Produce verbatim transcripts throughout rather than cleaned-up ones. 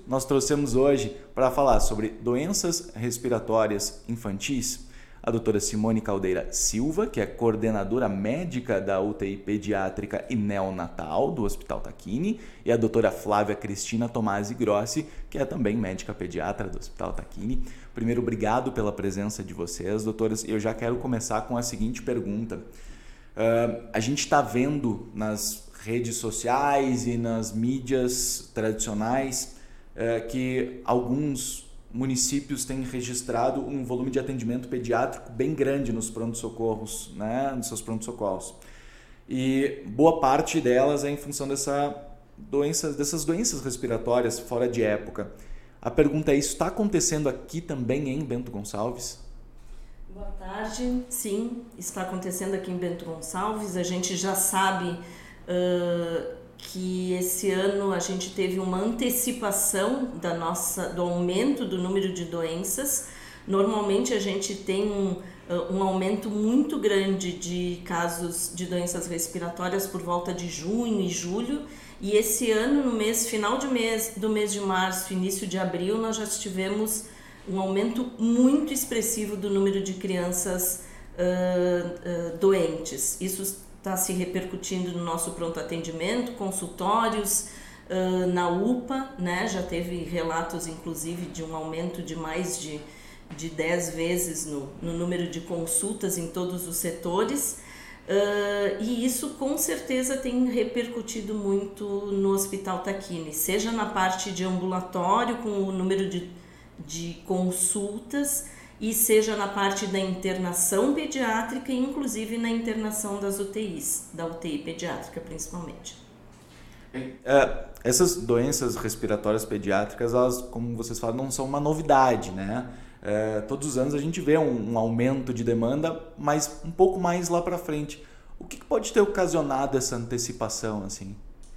nós trouxemos hoje para falar sobre doenças respiratórias infantis a doutora Simone Caldeira Silva, que é coordenadora médica da U T I pediátrica e neonatal do Hospital Tacchini, e a doutora Flávia Cristina Tomasi Grossi, que é também médica pediatra do Hospital Tacchini. Primeiro, obrigado pela presença de vocês, doutoras. Eu já quero começar com a seguinte pergunta. Uh, a gente está vendo nas redes sociais e nas mídias tradicionais uh, que alguns municípios têm registrado um volume de atendimento pediátrico bem grande nos pronto-socorros, né, nos seus pronto-socorros. E boa parte delas é em função dessa doença, dessas doenças respiratórias fora de época. A pergunta é, isso está acontecendo aqui também em Bento Gonçalves? Boa tarde. Sim, está acontecendo aqui em Bento Gonçalves. A gente já sabe uh, que esse ano a gente teve uma antecipação da nossa, do aumento do número de doenças. Normalmente a gente tem um, um aumento muito grande de casos de doenças respiratórias por volta de junho e julho, e esse ano, no mês, final de mês, do mês de março, início de abril, nós já tivemos um aumento muito expressivo do número de crianças uh, uh, doentes. Isso está se repercutindo no nosso pronto atendimento, consultórios, uh, na U P A, né? Já teve relatos, inclusive, de um aumento de mais de, de dez vezes no, no número de consultas em todos os setores, uh, e isso com certeza tem repercutido muito no Hospital Tacchini, seja na parte de ambulatório, com o número de, de consultas, e seja na parte da internação pediátrica e inclusive na internação das U T Is, da U T I pediátrica principalmente. É, essas doenças respiratórias pediátricas, elas, como vocês falam, não são uma novidade, né? É, todos os anos a gente vê um, um aumento de demanda, mas um pouco mais lá para frente. O que pode ter ocasionado essa antecipação, assim?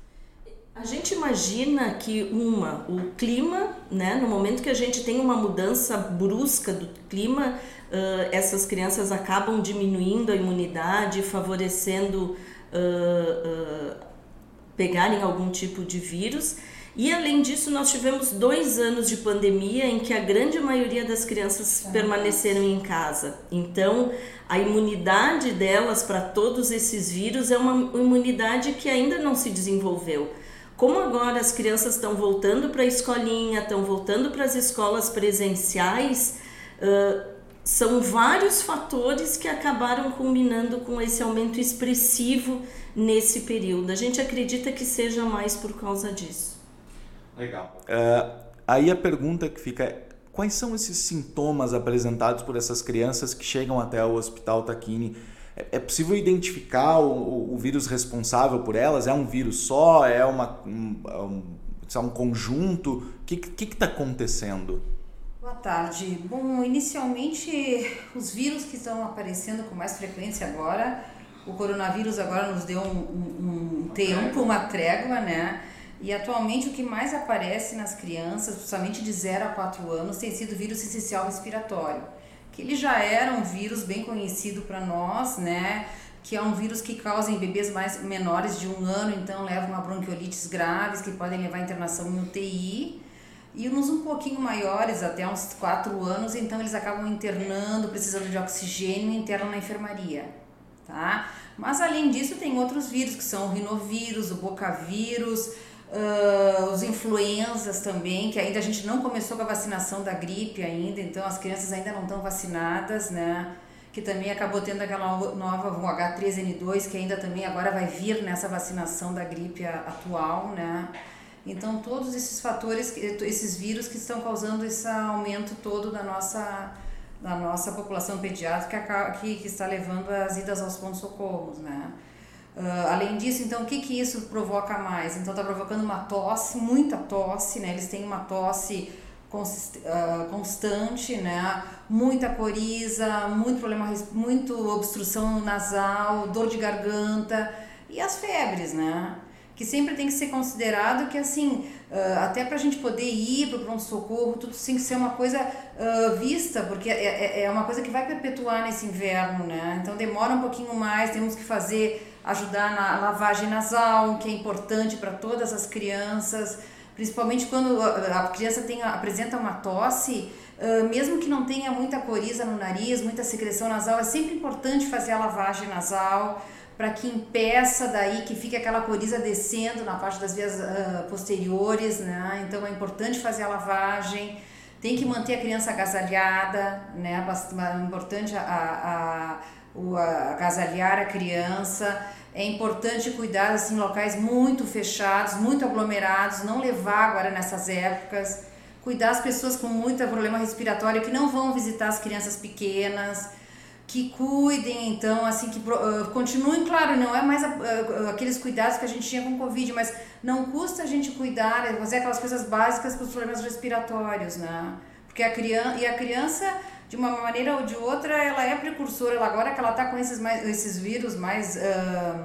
A gente imagina que uma, o clima, né, no momento que a gente tem uma mudança brusca do clima, uh, essas crianças acabam diminuindo a imunidade, favorecendo uh, uh, pegarem algum tipo de vírus. E além disso, nós tivemos dois anos de pandemia em que a grande maioria das crianças permaneceram em casa. Então, a imunidade delas para todos esses vírus é uma imunidade que ainda não se desenvolveu. Como agora as crianças estão voltando para a escolinha, estão voltando para as escolas presenciais, uh, são vários fatores que acabaram culminando com esse aumento expressivo nesse período. A gente acredita que seja mais por causa disso. Legal. Uh, aí a pergunta que fica é, quais são esses sintomas apresentados por essas crianças que chegam até o Hospital Tacchini? É possível identificar o, o vírus responsável por elas? É um vírus só? É, uma, um, é um conjunto? O que está acontecendo? Boa tarde. Bom, inicialmente os vírus que estão aparecendo com mais frequência agora, o coronavírus agora nos deu um, um, um tempo, uma trégua, né? E atualmente o que mais aparece nas crianças, principalmente de zero a quatro anos, tem sido o vírus sincicial respiratório, que ele já era um vírus bem conhecido para nós, né? Que é um vírus que causa em bebês mais menores de um ano, então levam a bronquiolites graves, que podem levar a internação em U T I. E nos um pouquinho maiores, até uns quatro anos, então eles acabam internando, precisando de oxigênio e internam na enfermaria, tá? Mas além disso tem outros vírus, que são o rinovírus, o bocavírus, Uh, os influenzas também, que ainda a gente não começou com a vacinação da gripe ainda, então as crianças ainda não estão vacinadas, né? Que também acabou tendo aquela nova, o H três N dois, que ainda também agora vai vir nessa vacinação da gripe atual, né? Então todos esses fatores, esses vírus que estão causando esse aumento todo da nossa, da nossa população pediátrica, que, que está levando as idas aos pontos-socorros, né? Uh, além disso, então, o que que isso provoca mais? Então, está provocando uma tosse, muita tosse, né? Eles têm uma tosse consist, uh, constante, né? Muita coriza, muito problema, muito obstrução nasal, dor de garganta e as febres, né? Que sempre tem que ser considerado que, assim, uh, até para a gente poder ir para o pronto-socorro, tudo tem que ser uma coisa uh, vista, porque é, é uma coisa que vai perpetuar nesse inverno, né? Então, demora um pouquinho mais, temos que fazer, ajudar na lavagem nasal, que é importante para todas as crianças, Principalmente quando a criança tem, apresenta uma tosse, uh, mesmo que não tenha muita coriza no nariz, muita secreção nasal, é sempre importante fazer a lavagem nasal, para que impeça daí que fique aquela coriza descendo na parte das vias uh, posteriores, né? Então é importante fazer a lavagem, tem que manter a criança agasalhada, né? É importante a, a, a, a agasalhar a criança, é importante cuidar assim, em locais muito fechados, muito aglomerados, não levar agora nessas épocas, cuidar as pessoas com muito problema respiratório que não vão visitar as crianças pequenas, que cuidem, então, assim, que uh, continuem, claro, não é mais a, uh, aqueles cuidados que a gente tinha com o Covid, mas não custa a gente cuidar, fazer aquelas coisas básicas para os problemas respiratórios, né? Porque a criança, e a criança, de uma maneira ou de outra, ela é precursora, ela, agora que ela está com esses, mais, esses vírus mais, uh,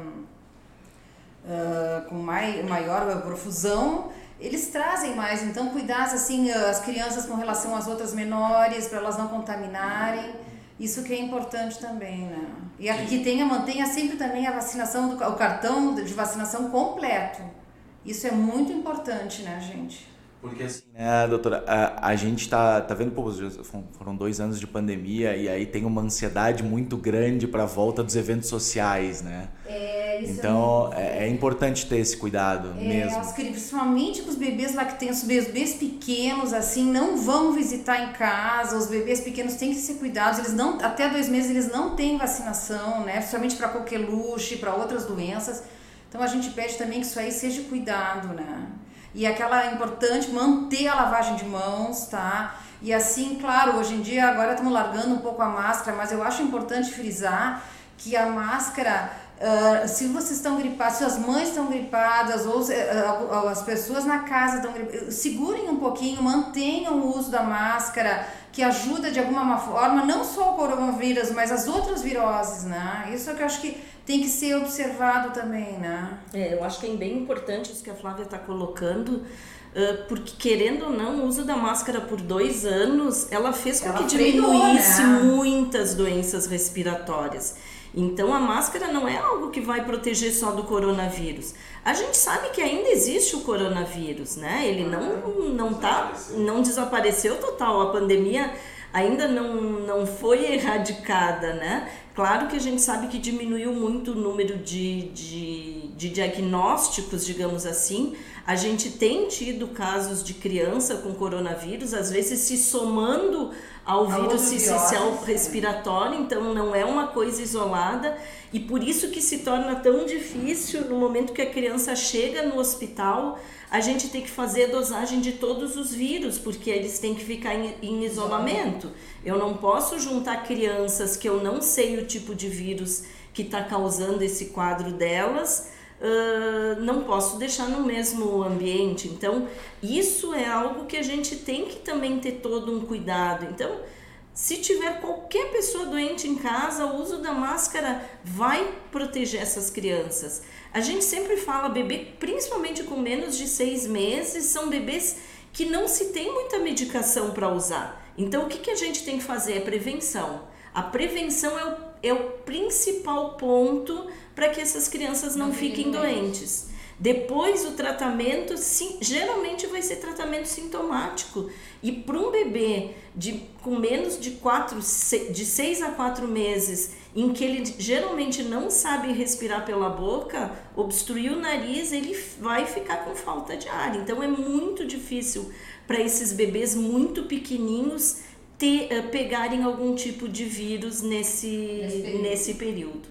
uh, com mai, maior profusão, eles trazem mais, então, cuidar, assim, as crianças com relação às outras menores, para elas não contaminarem. Isso que é importante também, né? E a, que tenha, mantenha sempre também a vacinação, do, o cartão de vacinação completo. Isso é muito importante, né, gente? Porque assim, né, doutora, a, a gente tá, tá vendo, pô, foram dois anos de pandemia e aí tem uma ansiedade muito grande para a volta dos eventos sociais, né? É, isso então é, é, é importante ter esse cuidado é, mesmo. Os, principalmente com os bebês lá que tem, os bebês pequenos, assim, não vão visitar em casa, os bebês pequenos têm que ser cuidados, eles não, até dois meses eles não têm vacinação, né? Principalmente para coqueluche, para outras doenças. Então a gente pede também que isso aí seja cuidado, né? E aquela é importante manter a lavagem de mãos, tá? E assim, claro, hoje em dia agora estamos largando um pouco a máscara, mas eu acho importante frisar que a máscara, uh, se vocês estão gripados, se as mães estão gripadas ou uh, as pessoas na casa estão gripadas, segurem um pouquinho, mantenham o uso da máscara, que ajuda de alguma forma, não só o coronavírus, mas as outras viroses, né? Isso é que eu acho que tem que ser observado também, né? É, eu acho que é bem importante isso que a Flávia está colocando, porque querendo ou não, o uso da máscara por dois anos, ela fez com ela que diminuísse, né, muitas doenças respiratórias. Então a máscara não é algo que vai proteger só do coronavírus. A gente sabe que ainda existe o coronavírus, né? Ele não, não, tá, não desapareceu total, a pandemia ainda não, não foi erradicada, né? Claro que a gente sabe que diminuiu muito o número de, de, de diagnósticos, digamos assim. A gente tem tido casos de criança com coronavírus, às vezes se somando ao vírus sincicial respiratório, então não é uma coisa isolada. E por isso que se torna tão difícil, no momento que a criança chega no hospital, a gente tem que fazer a dosagem de todos os vírus, porque eles têm que ficar em, em isolamento. Eu não posso juntar crianças que eu não sei o tipo de vírus que está causando esse quadro delas, uh, não posso deixar no mesmo ambiente. Então, isso é algo que a gente tem que também ter todo um cuidado. Então, se tiver qualquer pessoa doente em casa, o uso da máscara vai proteger essas crianças. A gente sempre fala, bebê, principalmente com menos de seis meses, são bebês que não se tem muita medicação para usar. Então, o que, que a gente tem que fazer? É prevenção. A prevenção é o, é o principal ponto para que essas crianças não, não fiquem doentes. Depois, o tratamento, sim, geralmente vai ser tratamento sintomático. E para um bebê de, com menos de, quatro, de seis a quatro meses, em que ele geralmente não sabe respirar pela boca, obstruir o nariz, ele vai ficar com falta de ar. Então, é muito difícil para esses bebês muito pequenininhos ter, uh, pegarem algum tipo de vírus nesse, nesse período. Nesse período.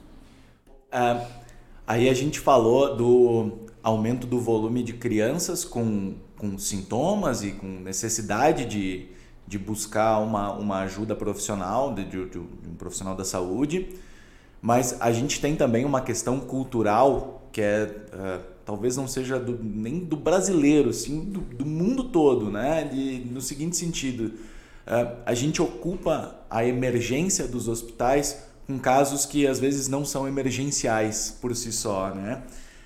Uh, aí a gente falou do aumento do volume de crianças com, com sintomas e com necessidade de, de buscar uma, uma ajuda profissional, de, de, de um profissional da saúde, mas a gente tem também uma questão cultural que é, uh, talvez não seja do, nem do brasileiro, sim do, do mundo todo, né? De, no seguinte sentido, uh, a gente ocupa a emergência dos hospitais com casos que às vezes não são emergenciais por si só, né?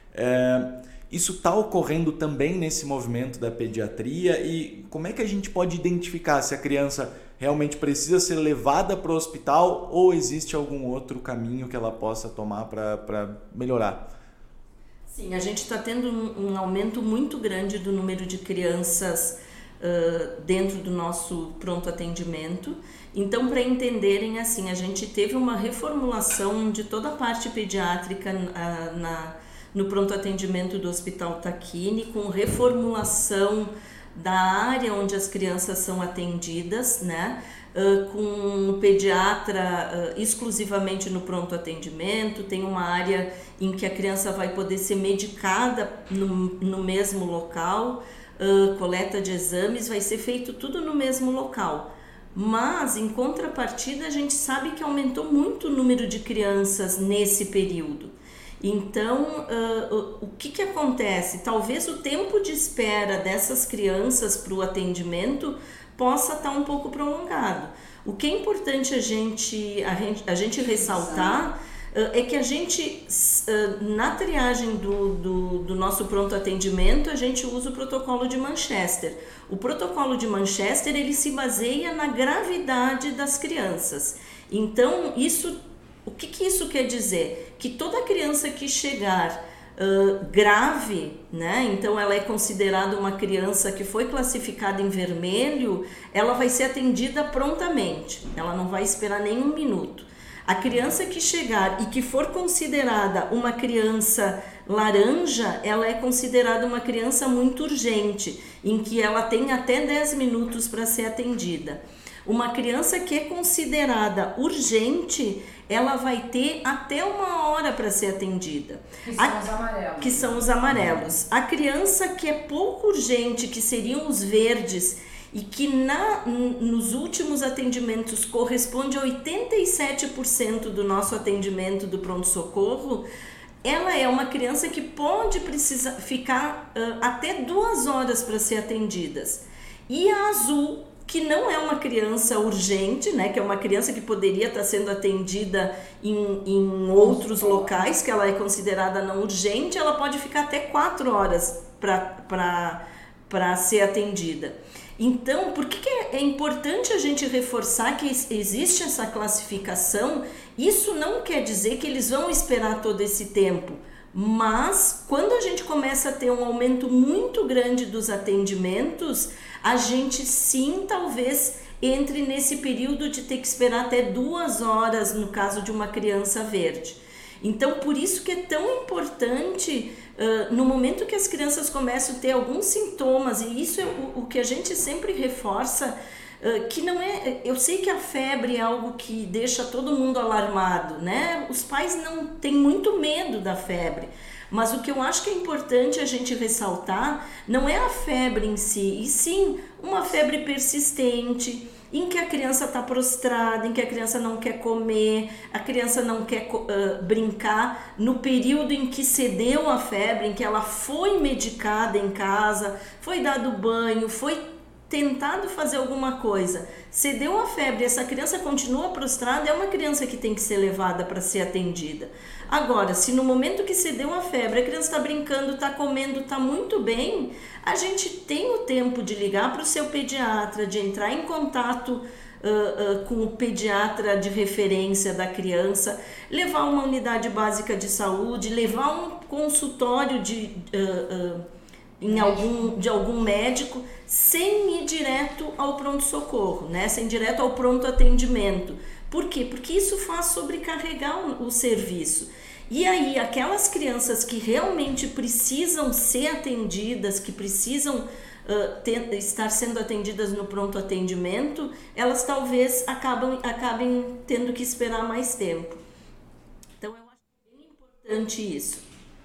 É, isso está ocorrendo também nesse movimento da pediatria e como é que a gente pode identificar se a criança realmente precisa ser levada para o hospital ou existe algum outro caminho que ela possa tomar para melhorar? Sim, a gente está tendo um, um aumento muito grande do número de crianças uh, dentro do nosso pronto atendimento. Então, para entenderem, assim, a gente teve uma reformulação de toda a parte pediátrica uh, na, no pronto atendimento do Hospital Tacchini, com reformulação da área onde as crianças são atendidas, né? Uh, com um pediatra uh, exclusivamente no pronto atendimento, tem uma área em que a criança vai poder ser medicada no, no mesmo local, uh, coleta de exames, vai ser feito tudo no mesmo local. Mas, em contrapartida, a gente sabe que aumentou muito o número de crianças nesse período. Então, uh, o, o que que acontece? Talvez o tempo de espera dessas crianças para o atendimento possa estar um pouco prolongado. O que é importante a gente, a gente, a gente ressaltar uh, é que a gente, uh, na triagem do, do, do nosso pronto atendimento, a gente usa o protocolo de Manchester. O protocolo de Manchester, ele se baseia na gravidade das crianças. Então, isso, o que que isso quer dizer? Que toda criança que chegar Uh, grave, né? Então ela é considerada uma criança que foi classificada em vermelho, ela vai ser atendida prontamente, ela não vai esperar nem um minuto. A criança que chegar e que for considerada uma criança laranja, ela é considerada uma criança muito urgente, em que ela tem até dez minutos para ser atendida. Uma criança que é considerada urgente, ela vai ter até uma hora para ser atendida. Que são a, os amarelos. Que são os amarelos. A criança que é pouco urgente, que seriam os verdes, e que na, nos últimos atendimentos corresponde a oitenta e sete por cento do nosso atendimento do pronto-socorro, ela é uma criança que pode precisar ficar uh, até duas horas para ser atendidas. E a azul, que não é uma criança urgente, né, que é uma criança que poderia estar sendo atendida em, em outros locais, que ela é considerada não urgente, ela pode ficar até quatro horas para ser atendida. Então, por que, que é importante a gente reforçar que existe essa classificação? Isso não quer dizer que eles vão esperar todo esse tempo, mas quando a gente começa a ter um aumento muito grande dos atendimentos, a gente sim, talvez, entre nesse período de ter que esperar até duas horas no caso de uma criança verde. Então, por isso que é tão importante, uh, no momento que as crianças começam a ter alguns sintomas, e isso é o, o que a gente sempre reforça, uh, que não é... Eu sei que a febre é algo que deixa todo mundo alarmado, né? Os pais não têm muito medo da febre. Mas o que eu acho que é importante a gente ressaltar não é a febre em si, e sim uma febre persistente, em que a criança está prostrada, em que a criança não quer comer, a criança não quer uh, brincar, no período em que cedeu a febre, em que ela foi medicada em casa, foi dado banho, foi tentado fazer alguma coisa, cedeu a febre, essa criança continua prostrada, é uma criança que tem que ser levada para ser atendida. Agora, se no momento que cedeu a febre, a criança está brincando, está comendo, está muito bem, a gente tem o tempo de ligar para o seu pediatra, de entrar em contato uh, uh, com o pediatra de referência da criança, levar uma unidade básica de saúde, levar um consultório de... Uh, uh, Em algum, de algum médico, sem ir direto ao pronto-socorro, né? Sem ir direto ao pronto atendimento. Por quê? Porque isso faz sobrecarregar o, o serviço. E aí, aquelas crianças que realmente precisam ser atendidas, que precisam uh, ter, estar sendo atendidas no pronto atendimento, elas talvez acabam, acabem tendo que esperar mais tempo. Então, eu acho bem importante isso.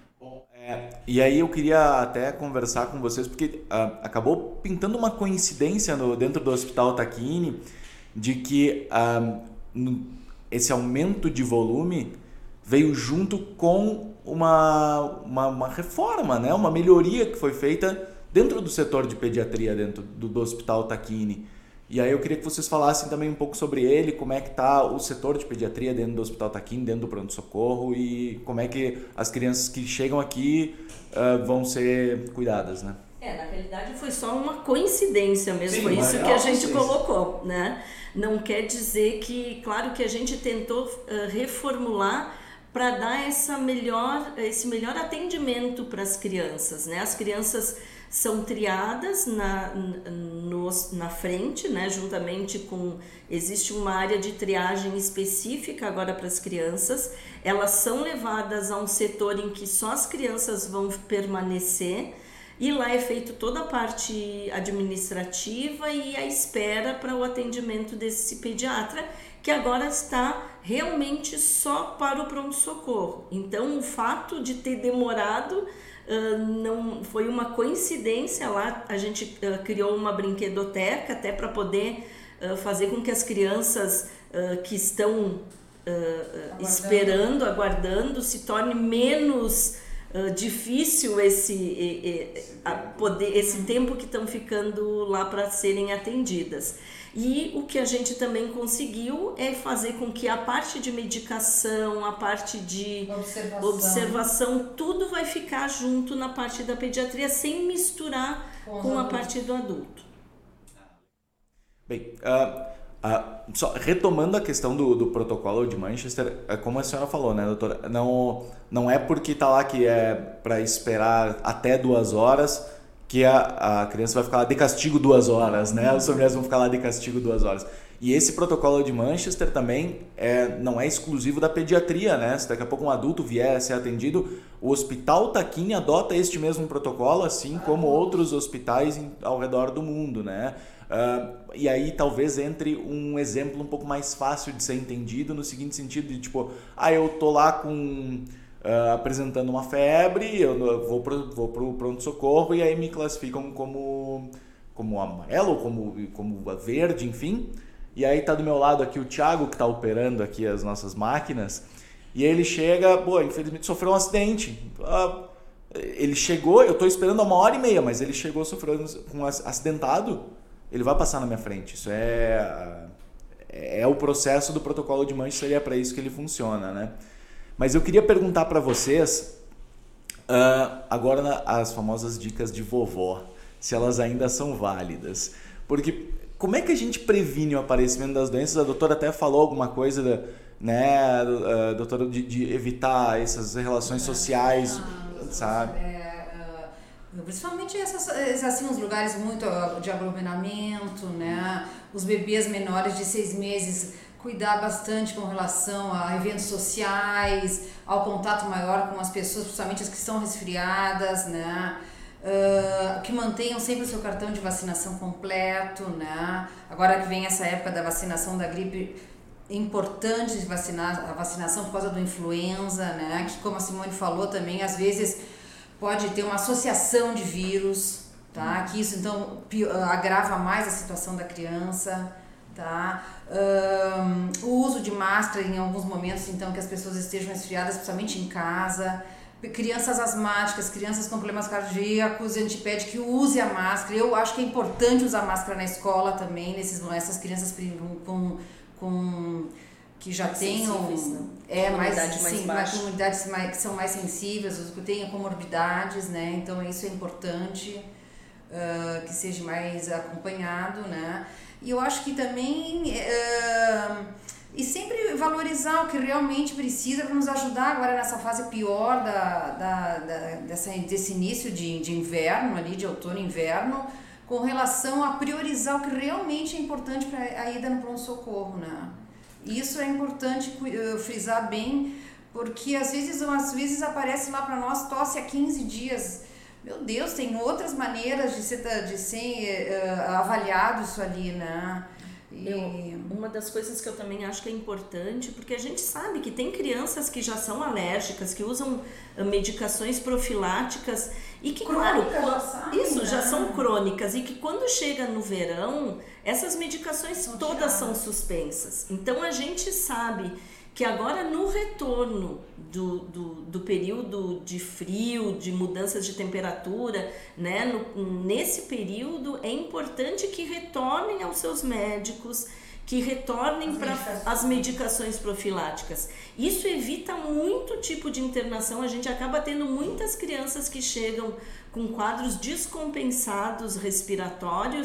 É, e aí eu queria até conversar com vocês, porque uh, acabou pintando uma coincidência no, dentro do Hospital Tacchini, de que uh, no, esse aumento de volume veio junto com uma, uma, uma reforma, né? Uma melhoria que foi feita dentro do setor de pediatria, dentro do, do Hospital Tacchini. E aí eu queria que vocês falassem também um pouco sobre ele, como é que está o setor de pediatria dentro do Hospital Tacchini, dentro do pronto-socorro, e como é que as crianças que chegam aqui uh, vão ser cuidadas, né? É, na realidade foi só uma coincidência mesmo, Sim, foi isso real, que a gente sim. colocou, né? Não quer dizer que, claro que a gente tentou uh, reformular para dar essa melhor, esse melhor atendimento para as crianças, né? As crianças são triadas na, no, na frente, né? Juntamente com... Existe uma área de triagem específica agora para as crianças. Elas são levadas a um setor em que só as crianças vão permanecer e lá é feito toda a parte administrativa e a espera para o atendimento desse pediatra, que agora está realmente só para o pronto-socorro. Então, o fato de ter demorado uh, não foi uma coincidência. Lá a gente uh, criou uma brinquedoteca até para poder uh, fazer com que as crianças uh, que estão uh, aguardando. esperando, aguardando, se torne menos uh, difícil esse, e, e, a poder, esse tempo que estão ficando lá para serem atendidas. E o que a gente também conseguiu é fazer com que a parte de medicação, a parte de observação, observação tudo vai ficar junto na parte da pediatria, sem misturar com, com a parte do adulto. Bem, uh, uh, só retomando a questão do, do protocolo de Manchester, como a senhora falou, né, doutora? Não, não é porque está lá que é para esperar até duas horas... que a, a criança vai ficar lá de castigo duas horas, né? Os familiares vão ficar lá de castigo duas horas. E esse protocolo de Manchester também é, não é exclusivo da pediatria, né? Se daqui a pouco um adulto vier a ser atendido, o Hospital Taquini adota este mesmo protocolo, assim como outros hospitais em, ao redor do mundo, né? Uh, e aí talvez entre um exemplo um pouco mais fácil de ser entendido no seguinte sentido de tipo, ah, eu tô lá com... Uh, apresentando uma febre, eu vou pro, vou pro pronto-socorro e aí me classificam como, como amarelo, como, como verde, enfim. E aí tá do meu lado aqui o Thiago, que tá operando aqui as nossas máquinas, e ele chega, pô, infelizmente sofreu um acidente. Uh, ele chegou, eu tô esperando há uma hora e meia, mas ele chegou sofrendo com um acidentado, ele vai passar na minha frente. Isso é, é o processo do protocolo de Manchester e é para isso que ele funciona, né? Mas eu queria perguntar para vocês, uh, agora na, as famosas dicas de vovó, se elas ainda são válidas. Porque como é que a gente previne o aparecimento das doenças? A doutora até falou alguma coisa, da, né, uh, doutora, de, de evitar essas relações sociais, ah, sabe? É, uh, principalmente essas, assim, os lugares muito de aglomeramento, né? Os bebês menores de seis meses... cuidar bastante com relação a eventos sociais, ao contato maior com as pessoas, principalmente as que estão resfriadas, né? Uh, que mantenham sempre o seu cartão de vacinação completo, né? Agora que vem essa época da vacinação da gripe, é importante de vacinar, a vacinação por causa do influenza, né? Que, como a Simone falou também, às vezes pode ter uma associação de vírus, tá? Que isso então agrava mais a situação da criança. Tá? Um, o uso de máscara em alguns momentos, então, que as pessoas estejam resfriadas, principalmente em casa. Crianças asmáticas, crianças com problemas cardíacos, a gente pede que use a máscara. Eu acho que é importante usar máscara na escola também, nesses, essas crianças com, com, que já mais tenham é, mais, mais sim, comunidades mais, que são mais sensíveis, que tenham comorbidades, né? Então isso é importante uh, que seja mais acompanhado, né? E eu acho que também, uh, e sempre valorizar o que realmente precisa para nos ajudar agora nessa fase pior da, da, da, dessa, desse início de, de inverno, ali, de outono e inverno, com relação a priorizar o que realmente é importante para a ida no pronto-socorro, né? Isso é importante uh, frisar bem, porque às vezes, às vezes aparece lá para nós tosse há quinze dias. Meu Deus, tem outras maneiras de ser, de ser uh, avaliado isso ali, né? E... Eu, uma das coisas que eu também acho que é importante, porque a gente sabe que tem crianças que já são alérgicas, que usam uh, medicações profiláticas e que, crônicas, claro, já sabe, isso né? já são crônicas e que quando chega no verão, essas medicações são todas são suspensas. Então a gente sabe que agora no retorno do, do, do período de frio, de mudanças de temperatura, né, no, nesse período é importante que retornem aos seus médicos, que retornem para as medicações profiláticas. Isso evita muito tipo de internação, a gente acaba tendo muitas crianças que chegam com quadros descompensados respiratórios,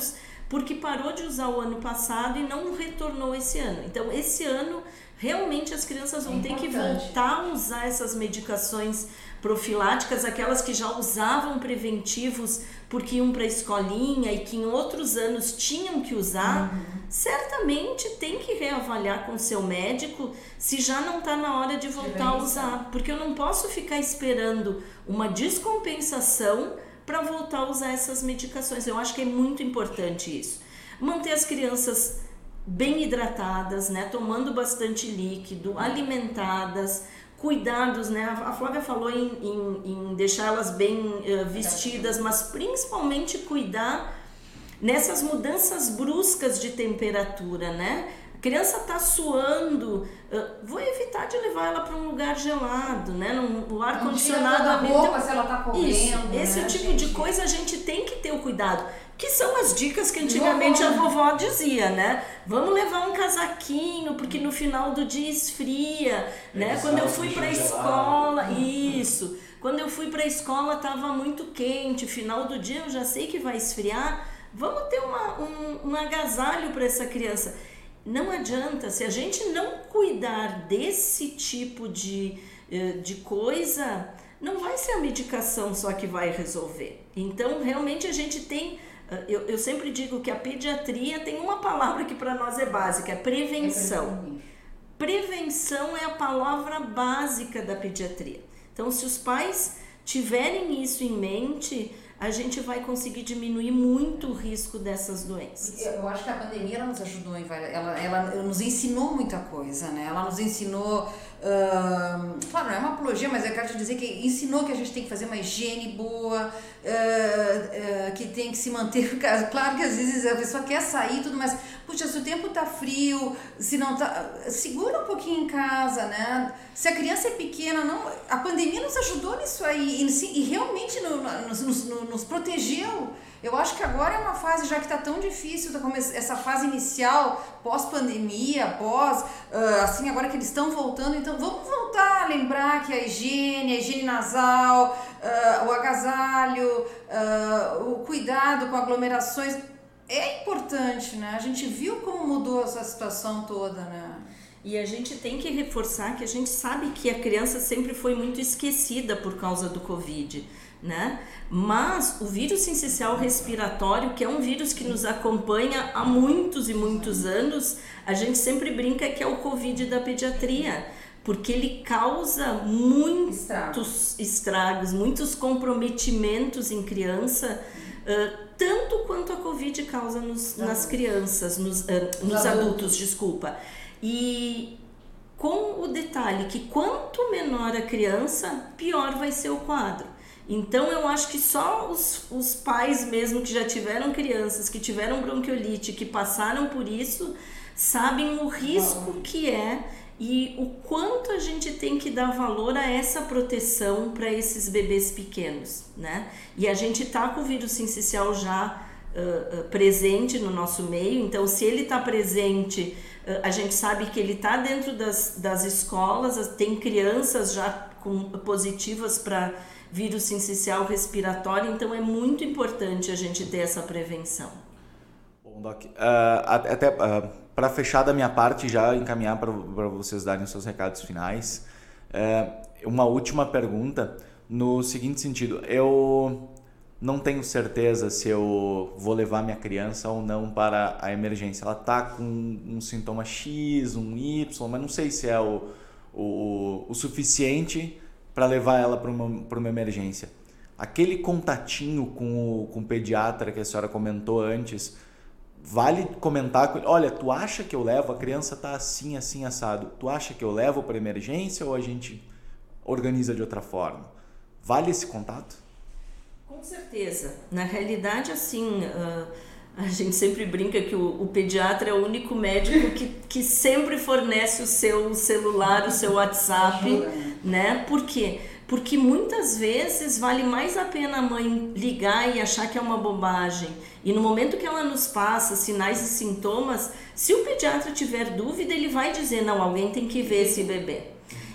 porque parou de usar o ano passado e não retornou esse ano. Então, esse ano, realmente as crianças vão é ter que importante. voltar a usar essas medicações profiláticas, aquelas que já usavam preventivos porque iam para a escolinha e que em outros anos tinham que usar, uhum. certamente tem que reavaliar com o seu médico se já não está na hora de voltar a usar, porque eu não posso ficar esperando uma descompensação para voltar a usar essas medicações. Eu acho que é muito importante isso. Manter as crianças bem hidratadas, né, tomando bastante líquido, alimentadas, cuidados, né? A Flávia falou em, em, em deixar elas bem uh, vestidas, mas principalmente cuidar nessas mudanças bruscas de temperatura, né? A criança tá suando, uh, vou evitar de levar ela para um lugar gelado, né? No, o ar condicionado. Não tira toda a roupa se ela tá correndo. Isso, né, esse tipo gente? de coisa a gente tem que ter o cuidado. Que são as dicas que antigamente a vovó dizia, né? Vamos levar um casaquinho, porque no final do dia esfria, né? Quando eu fui para a escola, isso. Quando eu fui para a escola estava muito quente, final do dia eu já sei que vai esfriar. Vamos ter uma, um, um agasalho para essa criança. Não adianta, se a gente não cuidar desse tipo de, de coisa, não vai ser a medicação só que vai resolver. Então, realmente a gente tem... Eu, eu sempre digo que a pediatria tem uma palavra que para nós é básica, é prevenção. Prevenção é a palavra básica da pediatria. Então, se os pais tiverem isso em mente, a gente vai conseguir diminuir muito o risco dessas doenças. Eu acho que a pandemia ela nos ajudou, em várias, ela, ela nos ensinou muita coisa, né? Ela nos ensinou, uh, claro, não é uma apologia, mas eu quero te dizer que ensinou que a gente tem que fazer uma higiene boa, uh, uh, que tem que se manter, claro que às vezes a pessoa quer sair e tudo, mas, puxa, se o tempo tá frio, se não tá, segura um pouquinho em casa, né? Se a criança é pequena, não, a pandemia nos ajudou nisso aí, e, e realmente no, nos, nos, nos protegeu. Eu acho que agora é uma fase, já que está tão difícil, essa fase inicial, pós-pandemia, pós, uh, assim, agora que eles estão voltando, então vamos voltar a lembrar que a higiene, a higiene nasal, uh, o agasalho, uh, o cuidado com aglomerações, é importante, né? A gente viu como mudou essa situação toda, né? E a gente tem que reforçar que a gente sabe que a criança sempre foi muito esquecida por causa do Covid, né? Mas o vírus sincicial respiratório, que é um vírus que nos acompanha há muitos e muitos anos, a gente sempre brinca que é o Covid da pediatria, porque ele causa muitos estragos, estragos muitos comprometimentos em criança, uh, tanto quanto a Covid causa nos, nas crianças, nos, uh, nos adultos, desculpa. E com o detalhe que quanto menor a criança, pior vai ser o quadro. Então eu acho que só os, os pais mesmo que já tiveram crianças, que tiveram bronquiolite, que passaram por isso, sabem o risco que é e o quanto a gente tem que dar valor a essa proteção para esses bebês pequenos, né? E a gente tá com o vírus sincicial já uh, uh, presente no nosso meio, então se ele está presente, uh, a gente sabe que ele está dentro das, das escolas, tem crianças já com, positivas para vírus sincicial respiratório, então é muito importante a gente ter essa prevenção. Bom, Doc, uh, até uh, para fechar da minha parte, já encaminhar para vocês darem seus recados finais, uh, uma última pergunta no seguinte sentido: eu não tenho certeza se eu vou levar minha criança ou não para a emergência. Ela está com um sintoma X, um Y, mas não sei se é o, o, o suficiente para levar ela para uma, para uma emergência. Aquele contatinho com o, com o pediatra que a senhora comentou antes, vale comentar com ele: olha, tu acha que eu levo? A criança está assim, assim, assado. Tu acha que eu levo para emergência ou a gente organiza de outra forma? Vale esse contato? Com certeza. Na realidade, assim, uh, a gente sempre brinca que o, o pediatra é o único médico que, que sempre fornece o seu celular, o seu WhatsApp, né? Por quê? Porque muitas vezes vale mais a pena a mãe ligar e achar que é uma bobagem. E no momento que ela nos passa sinais e sintomas, se o pediatra tiver dúvida, ele vai dizer: não, alguém tem que ver esse bebê.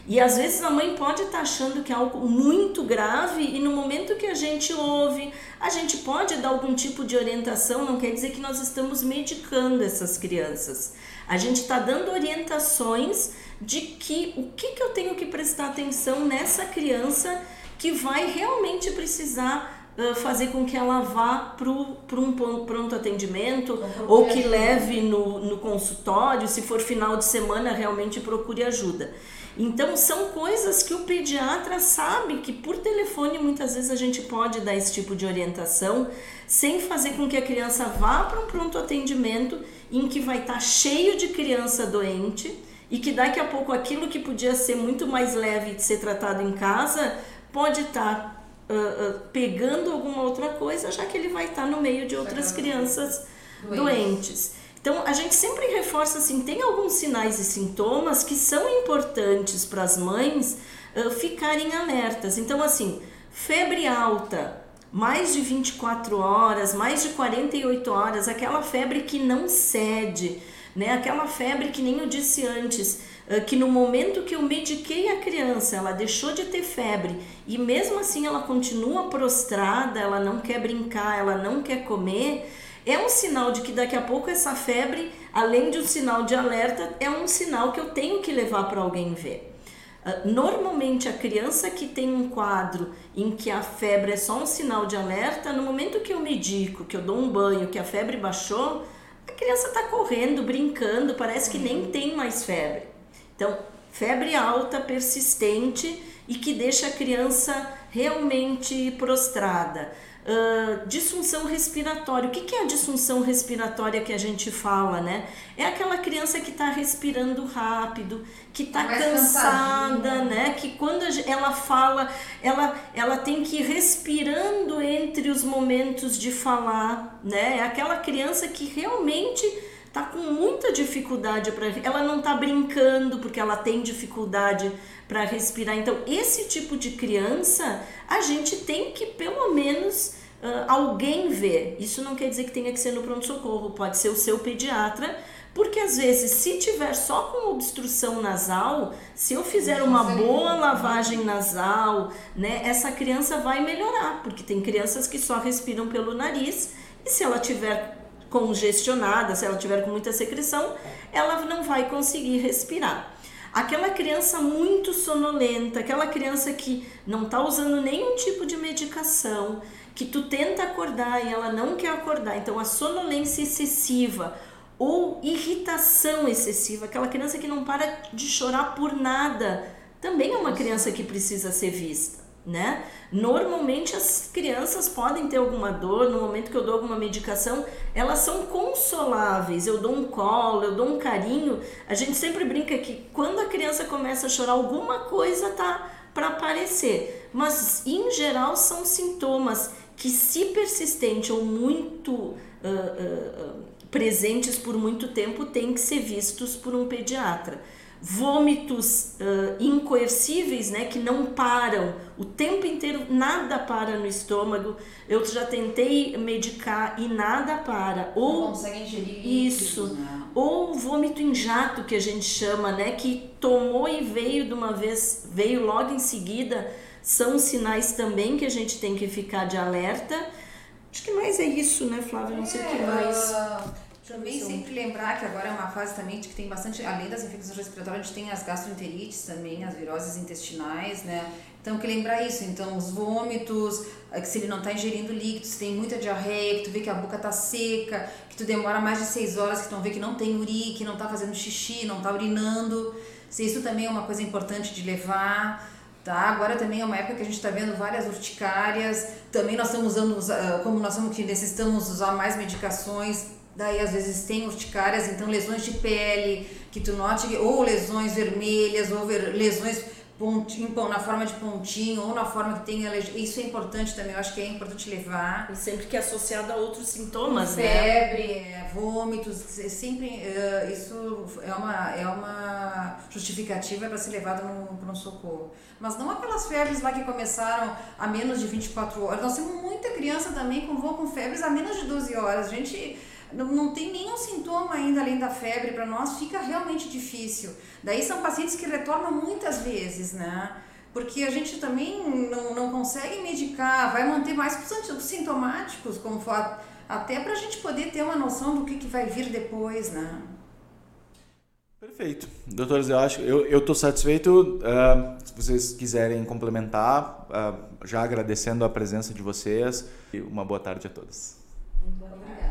E às vezes a mãe pode estar achando que é algo muito grave e no momento que a gente ouve, a gente pode dar algum tipo de orientação, não quer dizer que nós estamos medicando essas crianças. A gente está dando orientações de que o que, que eu tenho que prestar atenção nessa criança que vai realmente precisar uh, fazer com que ela vá para um pronto atendimento ou que leve no, no consultório, se for final de semana, realmente procure ajuda. Então, são coisas que o pediatra sabe que por telefone muitas vezes a gente pode dar esse tipo de orientação sem fazer com que a criança vá para um pronto atendimento em que vai estar cheio de criança doente e que daqui a pouco aquilo que podia ser muito mais leve de ser tratado em casa pode estar uh, uh, pegando alguma outra coisa, já que ele vai estar no meio de outras crianças doentes. doentes. Então, a gente sempre reforça assim, tem alguns sinais e sintomas que são importantes para as mães uh, ficarem alertas. Então, assim, febre alta, mais de vinte e quatro horas, mais de quarenta e oito horas, aquela febre que não cede, né? Aquela febre que nem eu disse antes, uh, que no momento que eu mediquei a criança, ela deixou de ter febre e mesmo assim ela continua prostrada, ela não quer brincar, ela não quer comer. É um sinal de que daqui a pouco essa febre, além de um sinal de alerta, é um sinal que eu tenho que levar para alguém ver. Normalmente a criança que tem um quadro em que a febre é só um sinal de alerta, no momento que eu medico, que eu dou um banho, que a febre baixou, a criança está correndo, brincando, parece que nem tem mais febre. Então, febre alta, persistente e que deixa a criança realmente prostrada. Uh, disfunção respiratória. O que, que é a disfunção respiratória que a gente fala, né? É aquela criança que está respirando rápido, que está cansada, né? Que quando ela fala, ela, ela tem que ir respirando entre os momentos de falar, né? É aquela criança que realmente está com muita dificuldade para... Ela não está brincando porque ela tem dificuldade para respirar. Então, esse tipo de criança, a gente tem que, pelo menos, uh, alguém ver. Isso não quer dizer que tenha que ser no pronto-socorro, pode ser o seu pediatra, porque, às vezes, se tiver só com obstrução nasal, se eu fizer uma boa lavagem nasal, né, essa criança vai melhorar, porque tem crianças que só respiram pelo nariz, e se ela tiver congestionada, se ela tiver com muita secreção, ela não vai conseguir respirar. Aquela criança muito sonolenta, aquela criança que não está usando nenhum tipo de medicação, que tu tenta acordar e ela não quer acordar, então a sonolência excessiva ou irritação excessiva, aquela criança que não para de chorar por nada, também é uma criança que precisa ser vista, né? Normalmente as crianças podem ter alguma dor, no momento que eu dou alguma medicação, elas são consoláveis, eu dou um colo, eu dou um carinho, a gente sempre brinca que quando a criança começa a chorar, alguma coisa tá para aparecer, mas em geral são sintomas que, se persistente ou muito uh, uh, uh, presentes por muito tempo, têm que ser vistos por um pediatra. Vômitos uh, incoercíveis, né, que não param o tempo inteiro, nada para no estômago. Eu já tentei medicar e nada para. Ou não consegue ingerir líquidos, isso, né? Ou vômito em jato, que a gente chama, né, que tomou e veio de uma vez, veio logo em seguida. São sinais também que a gente tem que ficar de alerta. Acho que mais é isso, né, Flávia? Não sei o que mais. Uh... Também sempre lembrar que agora é uma fase também de que tem bastante, além das infecções respiratórias, a gente tem as gastroenterites também, as viroses intestinais, né? Então, que lembrar isso, então, os vômitos, que se ele não está ingerindo líquidos, se tem muita diarreia, que tu vê que a boca está seca, que tu demora mais de seis horas, que tu vê que não tem uri, que não está fazendo xixi, não está urinando, se isso também é uma coisa importante de levar. Tá? Agora também é uma época que a gente está vendo várias urticárias, também nós estamos usando, como nós estamos que necessitamos usar mais medicações, daí às vezes tem urticárias, então lesões de pele, que tu note, ou lesões vermelhas, ou ver, lesões pontinho, na forma de pontinho, ou na forma que tem alergia. Isso é importante também, eu acho que é importante levar. E sempre que é associado a outros sintomas, febre, né? Vômitos, sempre, uh, isso é uma, é uma justificativa para ser levado para um socorro. Mas não aquelas febres lá que começaram a menos de vinte e quatro horas. Nós temos muita criança também com voo com febres a menos de doze horas. A gente... não, não tem nenhum sintoma ainda além da febre, para nós fica realmente difícil. Daí são pacientes que retornam muitas vezes, né? Porque a gente também não, não consegue medicar, vai manter mais os sintomáticos, como for, até para a gente poder ter uma noção do que, que vai vir depois, né? Perfeito. Doutores, eu acho eu estou satisfeito. Uh, se vocês quiserem complementar, uh, já agradecendo a presença de vocês. E uma boa tarde a todos. Muito obrigada.